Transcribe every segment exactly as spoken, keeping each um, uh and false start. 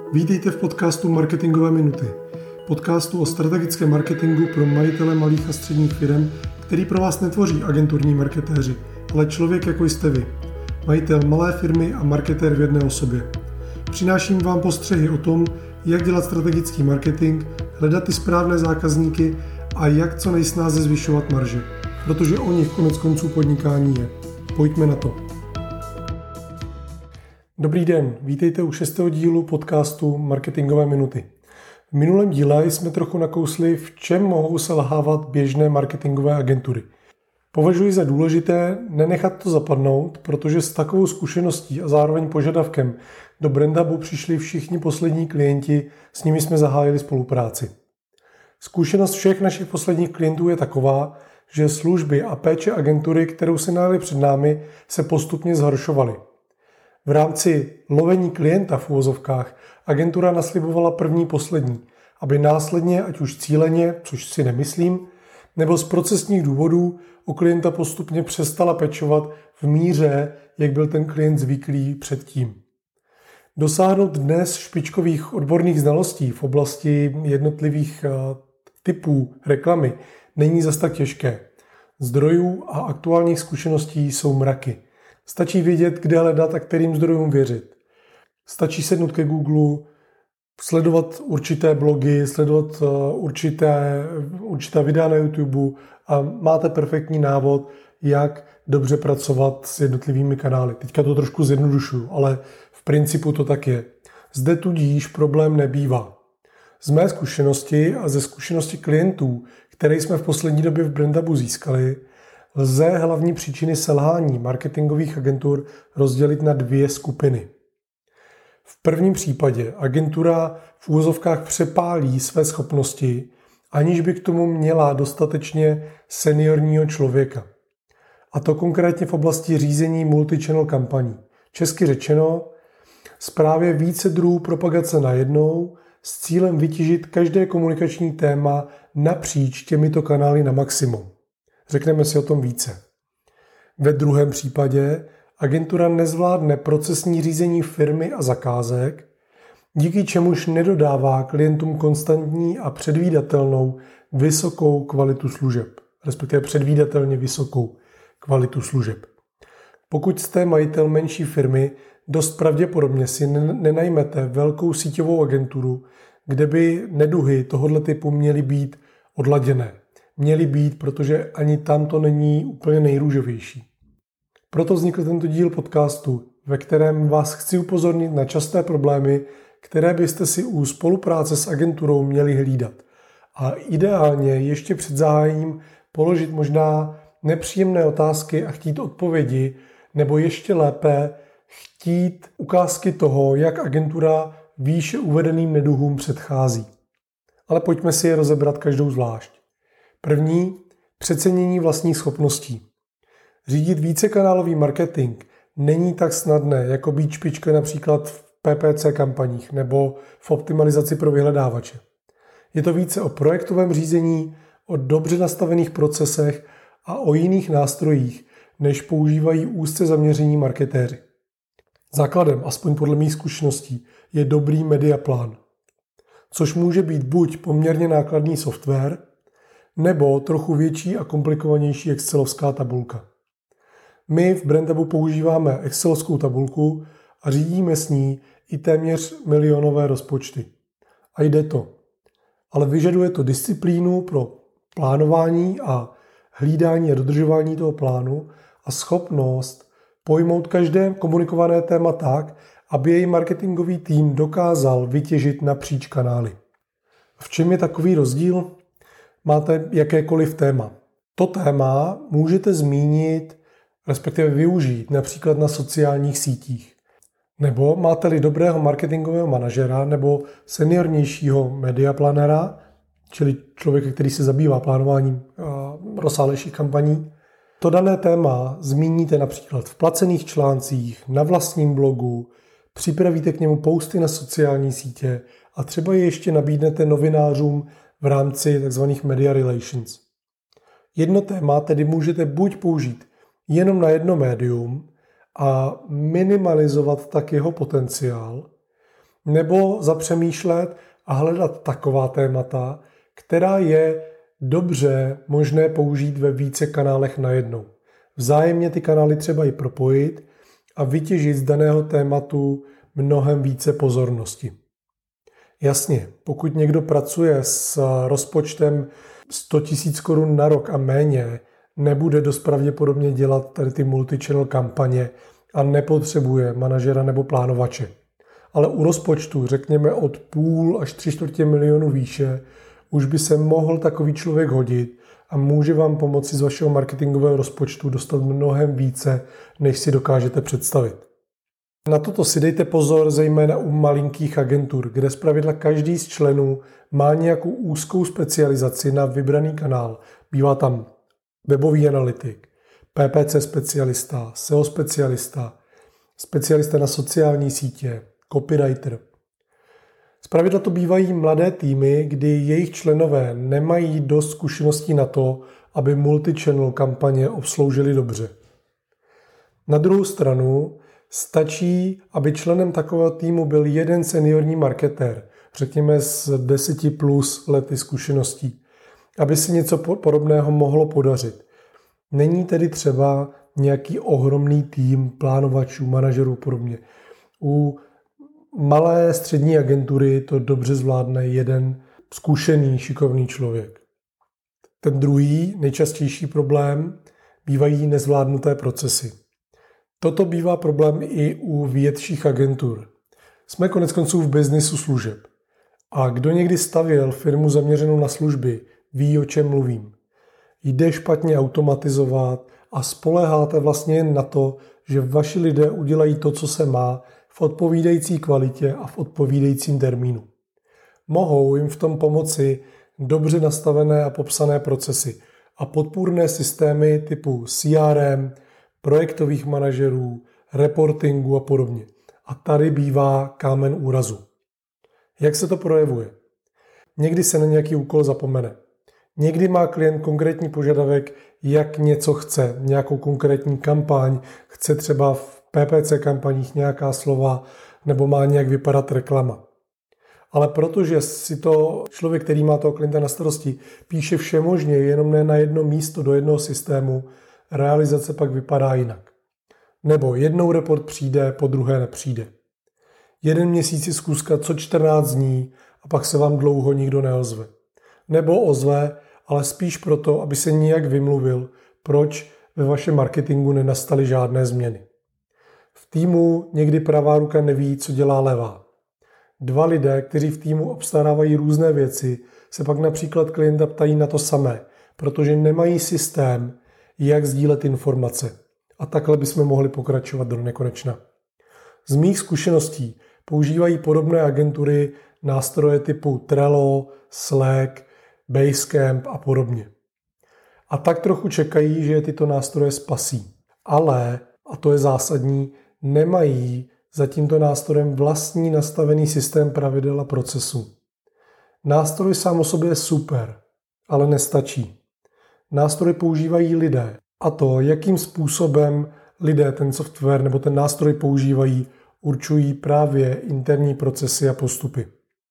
Vítejte v podcastu Marketingové minuty. Podcastu o strategickém marketingu pro majitele malých a středních firem, který pro vás netvoří agenturní marketéři, ale člověk jako jste vy. Majitel malé firmy a marketér v jedné osobě. Přináším vám postřehy o tom, jak dělat strategický marketing, hledat ty správné zákazníky a jak co nejsnáze zvyšovat marže. Protože o nich konec konců podnikání je. Pojďme na to. Dobrý den, vítejte u šestého dílu podcastu Marketingové minuty. V minulém díle jsme trochu nakousli, v čem mohou selhávat běžné marketingové agentury. Považuji za důležité nenechat to zapadnout, protože s takovou zkušeností a zároveň požadavkem do BrandHubu přišli všichni poslední klienti, s nimi jsme zahájili spolupráci. Zkušenost všech našich posledních klientů je taková, že služby a péče agentury, kterou si najeli před námi, se postupně zhoršovaly. V rámci lovení klienta v uvozovkách agentura naslibovala první poslední, aby následně, ať už cíleně, což si nemyslím, nebo z procesních důvodů o klienta postupně přestala pečovat v míře, jak byl ten klient zvyklý předtím. Dosáhnout dnes špičkových odborných znalostí v oblasti jednotlivých typů reklamy není zas tak těžké. Zdrojů a aktuálních zkušeností jsou mraky. Stačí vědět, kde hledat a kterým zdrojům věřit. Stačí sednout ke Google, sledovat určité blogy, sledovat určité, určitá videa na YouTube a máte perfektní návod, jak dobře pracovat s jednotlivými kanály. Teďka to trošku zjednodušuju, ale v principu to tak je. Zde tudíž problém nebývá. Z mé zkušenosti a ze zkušenosti klientů, které jsme v poslední době v BrandHubu získali, lze hlavní příčiny selhání marketingových agentur rozdělit na dvě skupiny. V prvním případě agentura v úvozovkách přepálí své schopnosti, aniž by k tomu měla dostatečně seniorního člověka. A to konkrétně v oblasti řízení multichannel kampaní. Česky řečeno, správě více druhů propagace najednou s cílem vytěžit každé komunikační téma napříč těmito kanály na maximum. Řekneme si o tom více. Ve druhém případě agentura nezvládne procesní řízení firmy a zakázek, díky čemuž nedodává klientům konstantní a předvídatelnou vysokou kvalitu služeb, respektive předvídatelně vysokou kvalitu služeb. Pokud jste majitel menší firmy, dost pravděpodobně si nenajmete velkou síťovou agenturu, kde by neduhy tohoto typu měly být odladěné. Měly být, protože ani tam to není úplně nejrůžovější. Proto vznikl tento díl podcastu, ve kterém vás chci upozornit na časté problémy, které byste si u spolupráce s agenturou měli hlídat. A ideálně ještě před zahájením položit možná nepříjemné otázky a chtít odpovědi, nebo ještě lépe chtít ukázky toho, jak agentura výše uvedeným neduhům předchází. Ale pojďme si je rozebrat každou zvlášť. První, přecenění vlastních schopností. Řídit vícekanálový marketing není tak snadné, jako být špička například v P P C kampaních nebo v optimalizaci pro vyhledávače. Je to více o projektovém řízení, o dobře nastavených procesech a o jiných nástrojích, než používají úzce zaměření marketéři. Základem, aspoň podle mých zkušeností, je dobrý mediaplán, což může být buď poměrně nákladný software, nebo trochu větší a komplikovanější excelovská tabulka. My v BrandHubu používáme excelovskou tabulku a řídíme s ní i téměř milionové rozpočty. A jde to. Ale vyžaduje to disciplínu pro plánování a hlídání a dodržování toho plánu a schopnost pojmout každé komunikované téma tak, aby jej marketingový tým dokázal vytěžit napříč kanály. V čem je takový rozdíl? Máte jakékoliv téma. To téma můžete zmínit, respektive využít například na sociálních sítích. Nebo máte-li dobrého marketingového manažera nebo seniornějšího mediaplanera, čili člověka, který se zabývá plánováním rozsáhlejších kampaní, to dané téma zmíníte například v placených článcích, na vlastním blogu, připravíte k němu posty na sociální sítě a třeba je ještě nabídnete novinářům v rámci tzv. Media Relations. Jedno téma tedy můžete buď použít jenom na jedno médium a minimalizovat tak jeho potenciál, nebo zapřemýšlet a hledat taková témata, která je dobře možné použít ve více kanálech najednou. Vzájemně ty kanály třeba i propojit a vytěžit z daného tématu mnohem více pozornosti. Jasně, pokud někdo pracuje s rozpočtem sto tisíc korun na rok a méně, nebude dost pravděpodobně dělat tady ty multichannel kampaně a nepotřebuje manažera nebo plánovače. Ale u rozpočtu, řekněme od půl až tři čtvrtě milionu výše, už by se mohl takový člověk hodit a může vám pomoci z vašeho marketingového rozpočtu dostat mnohem více, než si dokážete představit. Na toto si dejte pozor zejména u malinkých agentur, kde zpravidla každý z členů má nějakou úzkou specializaci na vybraný kanál. Bývá tam webový analytik, P P C specialista, S E O specialista, specialista na sociální sítě, copywriter. Zpravidla to bývají mladé týmy, kdy jejich členové nemají dost zkušeností na to, aby multichannel kampaně obsloužili dobře. Na druhou stranu stačí, aby členem takového týmu byl jeden seniorní marketér, řekněme s deseti plus lety zkušeností, aby si něco podobného mohlo podařit. Není tedy třeba nějaký ohromný tým plánovačů, manažerů podobně. U malé střední agentury to dobře zvládne jeden zkušený, šikovný člověk. Ten druhý, nejčastější problém, bývají nezvládnuté procesy. Toto bývá problém i u větších agentur. Jsme koneckonců v biznisu služeb. A kdo někdy stavěl firmu zaměřenou na služby, ví, o čem mluvím. Jde špatně automatizovat a spoléháte vlastně jen na to, že vaši lidé udělají to, co se má, v odpovídající kvalitě a v odpovídajícím termínu. Mohou jim v tom pomoci dobře nastavené a popsané procesy a podpůrné systémy typu C R M, projektových manažerů, reportingu a podobně. A tady bývá kámen úrazu. Jak se to projevuje? Někdy se na nějaký úkol zapomene. Někdy má klient konkrétní požadavek, jak něco chce, nějakou konkrétní kampaň, chce třeba v P P C kampaních nějaká slova, nebo má nějak vypadat reklama. Ale protože si to člověk, který má toho klienta na starosti, píše všemožně, jenom ne na jedno místo do jednoho systému, realizace pak vypadá jinak. Nebo jednou report přijde, po druhé nepřijde. Jeden měsíc je zkuska co čtrnáct dní a pak se vám dlouho nikdo neozve. Nebo ozve, ale spíš proto, aby se nijak vymluvil, proč ve vašem marketingu nenastaly žádné změny. V týmu někdy pravá ruka neví, co dělá levá. Dva lidé, kteří v týmu obstarávají různé věci, se pak například klienta ptají na to samé, protože nemají systém, jak sdílet informace. A takhle bychom mohli pokračovat do nekonečna. Z mých zkušeností používají podobné agentury nástroje typu Trello, Slack, Basecamp a podobně. A tak trochu čekají, že je tyto nástroje spasí. Ale, a to je zásadní, nemají za tímto nástrojem vlastní nastavený systém pravidel a procesů. Nástroj sám o sobě je super, ale nestačí. Nástroj používají lidé. A to, jakým způsobem lidé ten software nebo ten nástroj používají, určují právě interní procesy a postupy.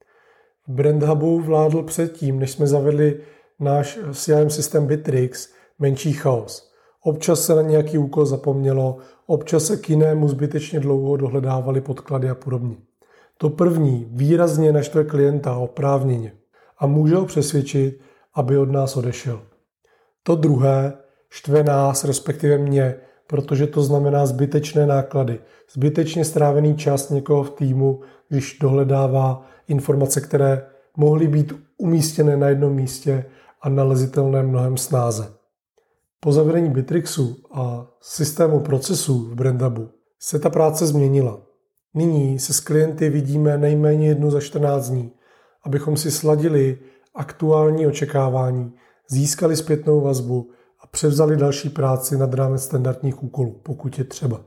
V Brand Hubu vládl předtím, než jsme zavedli náš C R M systém Bitrix, menší chaos. Občas se na nějaký úkol zapomnělo, občas se k jinému zbytečně dlouho dohledávali podklady a podobně. To první výrazně naštve klienta oprávněně a může ho přesvědčit, aby od nás odešel. To druhé štve nás, respektive mě, protože to znamená zbytečné náklady, zbytečně strávený čas někoho v týmu, když dohledává informace, které mohly být umístěné na jednom místě a nalezitelné mnohem snáze. Po zavedení Bitrixu a systému procesů v Brand Hubu se ta práce změnila. Nyní se s klienty vidíme nejméně jednou za čtrnáct dní, abychom si sladili aktuální očekávání, získali zpětnou vazbu a převzali další práci nad rámec standardních úkolů, pokud je třeba.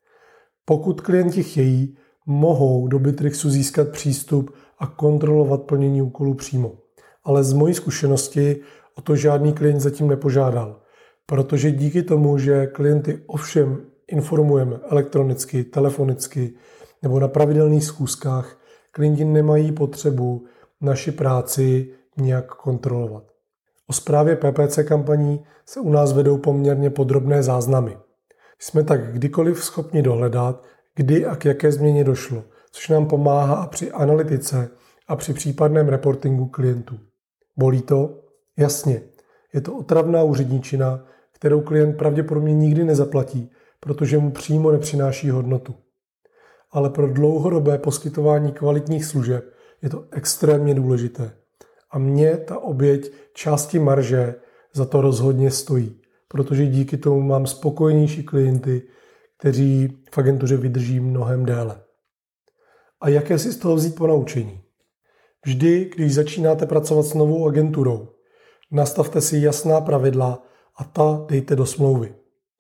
Pokud klienti chtějí, mohou do Bitrixu získat přístup a kontrolovat plnění úkolů přímo. Ale z mojí zkušenosti o to žádný klient zatím nepožádal, protože díky tomu, že klienty ovšem informujeme elektronicky, telefonicky nebo na pravidelných schůzkách, klienti nemají potřebu naši práci nějak kontrolovat. O správě P P C kampaní se u nás vedou poměrně podrobné záznamy. Jsme tak kdykoliv schopni dohledat, kdy a k jaké změně došlo, což nám pomáhá při analytice a při případném reportingu klientů. Bolí to? Jasně. Je to otravná úředničina, kterou klient pravděpodobně nikdy nezaplatí, protože mu přímo nepřináší hodnotu. Ale pro dlouhodobé poskytování kvalitních služeb je to extrémně důležité. A mě ta oběť části marže za to rozhodně stojí, protože díky tomu mám spokojenější klienty, kteří v agentuře vydrží mnohem déle. A jaké si z toho vzít ponaučení? Vždy, když začínáte pracovat s novou agenturou, nastavte si jasná pravidla a ta dejte do smlouvy.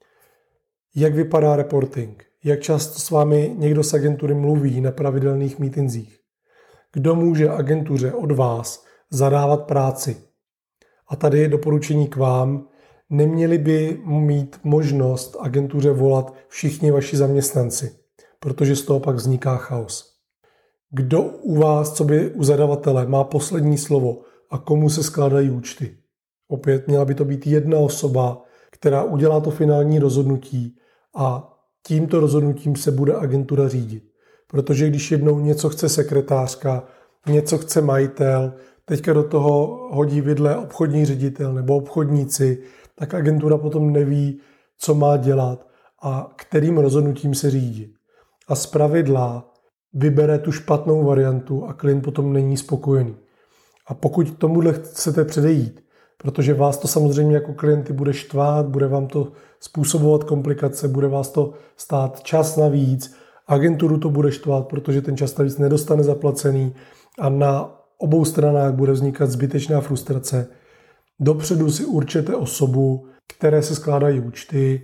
Jak vypadá reporting? Jak často s vámi někdo z agentury mluví na pravidelných meetingzích? Kdo může agentuře od vás zadávat práci? A tady je doporučení k vám. Neměli by mít možnost agentuře volat všichni vaši zaměstnanci, protože z toho pak vzniká chaos. Kdo u vás, co by u zadavatele, má poslední slovo a komu se skládají účty? Opět měla by to být jedna osoba, která udělá to finální rozhodnutí a tímto rozhodnutím se bude agentura řídit. Protože když jednou něco chce sekretářka, něco chce majitel, teďka do toho hodí vidle obchodní ředitel nebo obchodníci, tak agentura potom neví, co má dělat a kterým rozhodnutím se řídit. A zpravidla vybere tu špatnou variantu a klient potom není spokojený. A pokud tomuhle chcete předejít, protože vás to samozřejmě jako klienty bude štvát, bude vám to způsobovat komplikace, bude vás to stát čas navíc, agenturu to bude štvát, protože ten čas navíc nedostane zaplacený a na obou stranách bude vznikat zbytečná frustrace. Dopředu si určete osobu, které se skládají účty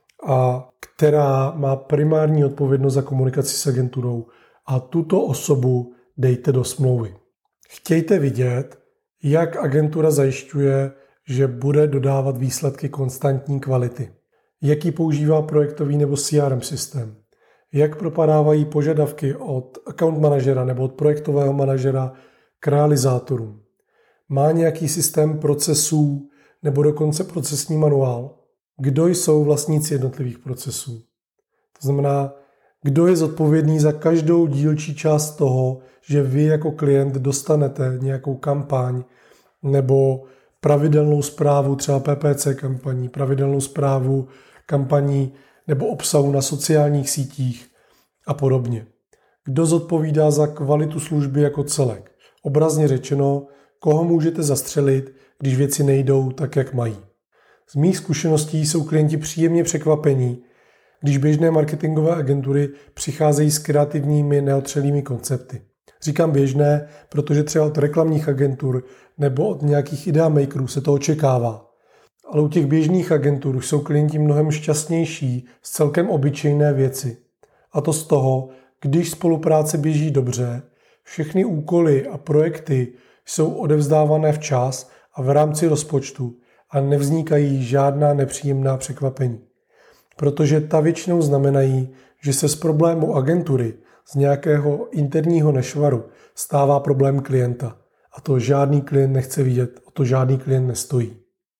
a která má primární odpovědnost za komunikaci s agenturou a tuto osobu dejte do smlouvy. Chtějte vidět, jak agentura zajišťuje, že bude dodávat výsledky konstantní kvality. Jaký používá projektový nebo C R M systém. Jak propadávají požadavky od account manažera nebo od projektového manažera k realizátorům. Má nějaký systém procesů nebo dokonce procesní manuál. Kdo jsou vlastníci jednotlivých procesů. To znamená, kdo je zodpovědný za každou dílčí část toho, že vy jako klient dostanete nějakou kampaň nebo pravidelnou zprávu třeba P P C kampaní, pravidelnou zprávu kampaní nebo obsahu na sociálních sítích a podobně. Kdo zodpovídá za kvalitu služby jako celek. Obrazně řečeno, koho můžete zastřelit, když věci nejdou tak, jak mají. Z mých zkušeností jsou klienti příjemně překvapení, když běžné marketingové agentury přicházejí s kreativními neotřelými koncepty. Říkám běžné, protože třeba od reklamních agentur nebo od nějakých idea makerů se to očekává. Ale u těch běžných agentur jsou klienti mnohem šťastnější z celkem obyčejné věci. A to z toho, když spolupráce běží dobře, všechny úkoly a projekty jsou odevzdávané včas a v rámci rozpočtu a nevznikají žádná nepříjemná překvapení. Protože ta většinou znamenají, že se z problému agentury, z nějakého interního nešvaru, stává problém klienta. A to žádný klient nechce vidět, o to žádný klient nestojí.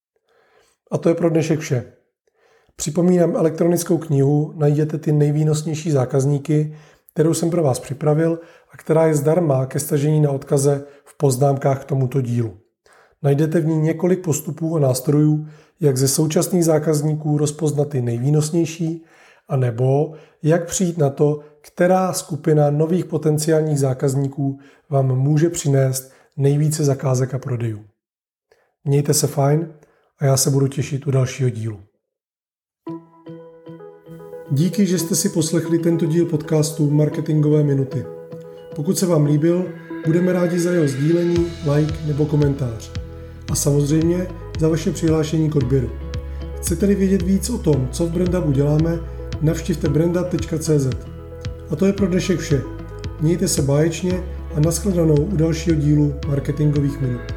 A to je pro dnešek vše. Připomínám elektronickou knihu, najdete ty nejvýnosnější zákazníky, kterou jsem pro vás připravil a která je zdarma ke stažení na odkaze v poznámkách k tomuto dílu. Najdete v ní několik postupů a nástrojů, jak ze současných zákazníků rozpoznat ty nejvýnosnější, anebo jak přijít na to, která skupina nových potenciálních zákazníků vám může přinést nejvíce zakázek a prodejů. Mějte se fajn a já se budu těšit u dalšího dílu. Díky, že jste si poslechli tento díl podcastu Marketingové minuty. Pokud se vám líbil, budeme rádi za jeho sdílení, like nebo komentář. A samozřejmě za vaše přihlášení k odběru. Chcete-li vědět víc o tom, co v BrandHubu děláme, navštivte brandhub tečka cé zet. A to je pro dnešek vše. Mějte se báječně a nashledanou u dalšího dílu Marketingových minut.